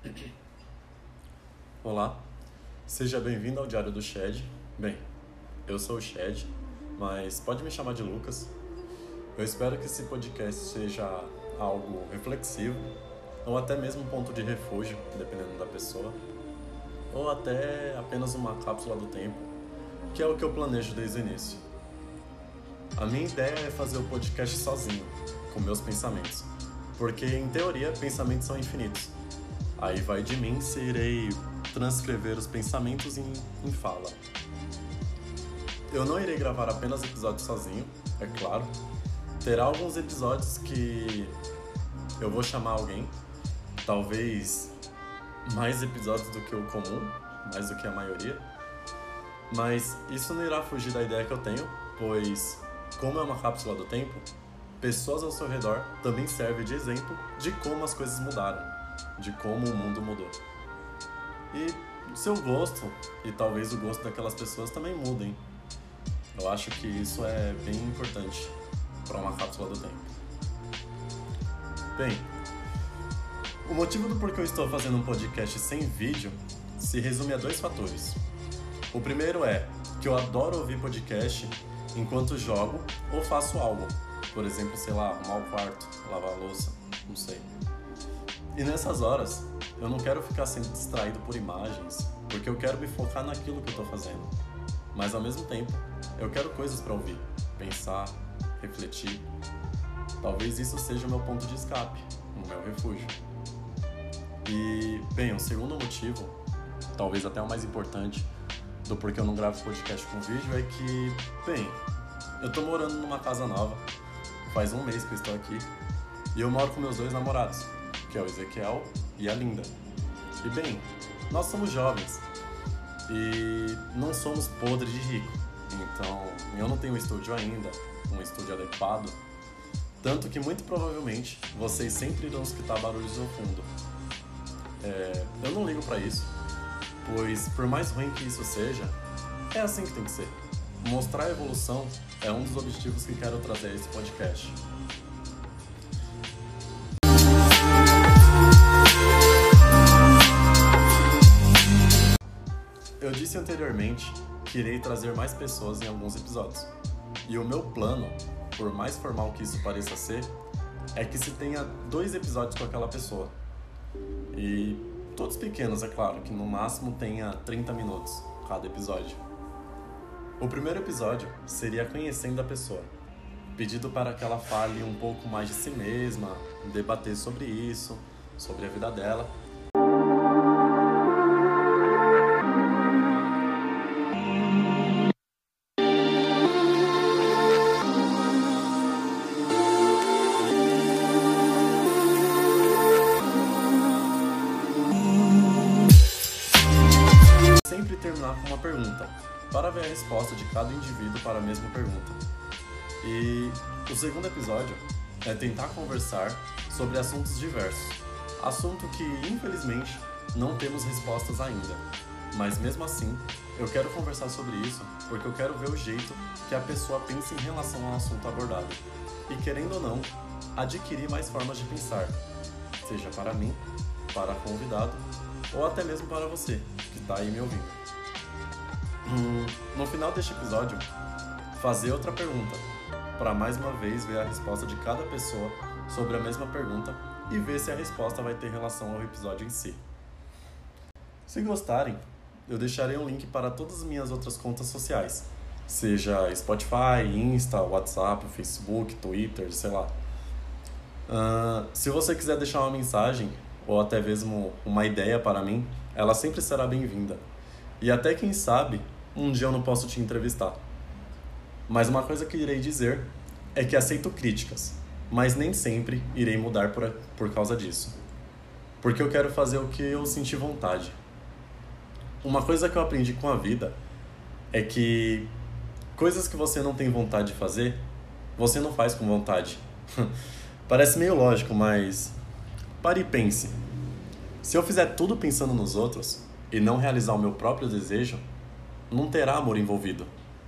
Olá, seja bem-vindo ao Diário do Shed. Bem, eu sou o Shed, mas pode me chamar de Lucas. Eu espero que esse podcast seja algo reflexivo, ou até mesmo um ponto de refúgio, dependendo da pessoa, ou até apenas uma cápsula do tempo, que é o que eu planejo desde o início. A minha ideia é fazer o podcast sozinho, com meus pensamentos, porque em teoria pensamentos são infinitos. Aí vai de mim se irei transcrever os pensamentos em fala. Eu não irei gravar apenas episódios sozinho, é claro. Terá alguns episódios que eu vou chamar alguém, talvez mais episódios do que o comum, mais do que a maioria. Mas isso não irá fugir da ideia que eu tenho, pois, como é uma cápsula do tempo, pessoas ao seu redor também servem de exemplo de como as coisas mudaram, de como o mundo mudou. E o seu gosto, e talvez o gosto daquelas pessoas também mudem. Eu acho que isso é bem importante para uma cápsula do tempo. Bem, o motivo do porquê eu estou fazendo um podcast sem vídeo se resume a 2 fatores. O primeiro é que eu adoro ouvir podcast enquanto jogo ou faço algo. Por exemplo, sei lá, arrumar o quarto, lavar a louça, não sei. E nessas horas, eu não quero ficar sendo distraído por imagens, porque eu quero me focar naquilo que eu estou fazendo. Mas ao mesmo tempo, eu quero coisas para ouvir, pensar, refletir. Talvez isso seja o meu ponto de escape, o meu refúgio. E, bem, o segundo motivo, talvez até o mais importante, do porquê eu não gravo podcast com vídeo é que, bem, eu tô morando numa casa nova, faz um mês que eu estou aqui, e eu moro com meus 2 namorados, que é o Ezequiel e a Linda. E bem, nós somos jovens e não somos podres de rico, então eu não tenho um estúdio ainda, um estúdio adequado, tanto que muito provavelmente vocês sempre irão escutar barulhos no fundo. Eu não ligo pra isso, pois por mais ruim que isso seja, é assim que tem que ser. Mostrar a evolução é um dos objetivos que quero trazer a esse podcast. Eu disse anteriormente que irei trazer mais pessoas em alguns episódios. E o meu plano, por mais formal que isso pareça ser, é que se tenha 2 episódios com aquela pessoa. E todos pequenos, é claro, que no máximo tenha 30 minutos cada episódio. O primeiro episódio seria conhecendo a pessoa, pedido para que ela fale um pouco mais de si mesma, debater sobre isso, sobre a vida dela. Sempre terminar com uma pergunta, para ver a resposta de cada indivíduo para a mesma pergunta. E o segundo episódio é tentar conversar sobre assuntos diversos. Assunto que, infelizmente, não temos respostas ainda. Mas mesmo assim, eu quero conversar sobre isso porque eu quero ver o jeito que a pessoa pensa em relação ao assunto abordado. E querendo ou não, adquirir mais formas de pensar. Seja para mim, para convidado, ou até mesmo para você, que está aí me ouvindo. No final deste episódio, fazer outra pergunta, para mais uma vez ver a resposta de cada pessoa sobre a mesma pergunta e ver se a resposta vai ter relação ao episódio em si. Se gostarem, eu deixarei um link para todas as minhas outras contas sociais, seja Spotify, Insta, WhatsApp, Facebook, Twitter, sei lá. Se você quiser deixar uma mensagem ou até mesmo uma ideia para mim, ela sempre será bem-vinda. E até quem sabe, um dia eu não posso te entrevistar. Mas uma coisa que irei dizer é que aceito críticas, mas nem sempre irei mudar por causa disso. Porque eu quero fazer o que eu senti vontade. Uma coisa que eu aprendi com a vida é que coisas que você não tem vontade de fazer, você não faz com vontade. Parece meio lógico, mas pare e pense. Se eu fizer tudo pensando nos outros e não realizar o meu próprio desejo, não terá amor envolvido.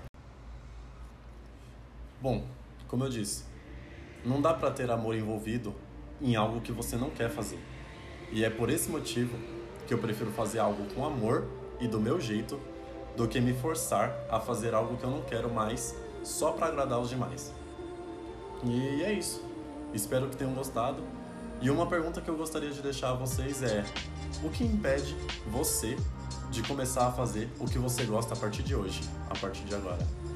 Bom, como eu disse, não dá pra ter amor envolvido em algo que você não quer fazer. E é por esse motivo que eu prefiro fazer algo com amor e do meu jeito do que me forçar a fazer algo que eu não quero mais só para agradar os demais. E é isso. Espero que tenham gostado. E uma pergunta que eu gostaria de deixar a vocês é: o que impede você de começar a fazer o que você gosta a partir de hoje, a partir de agora?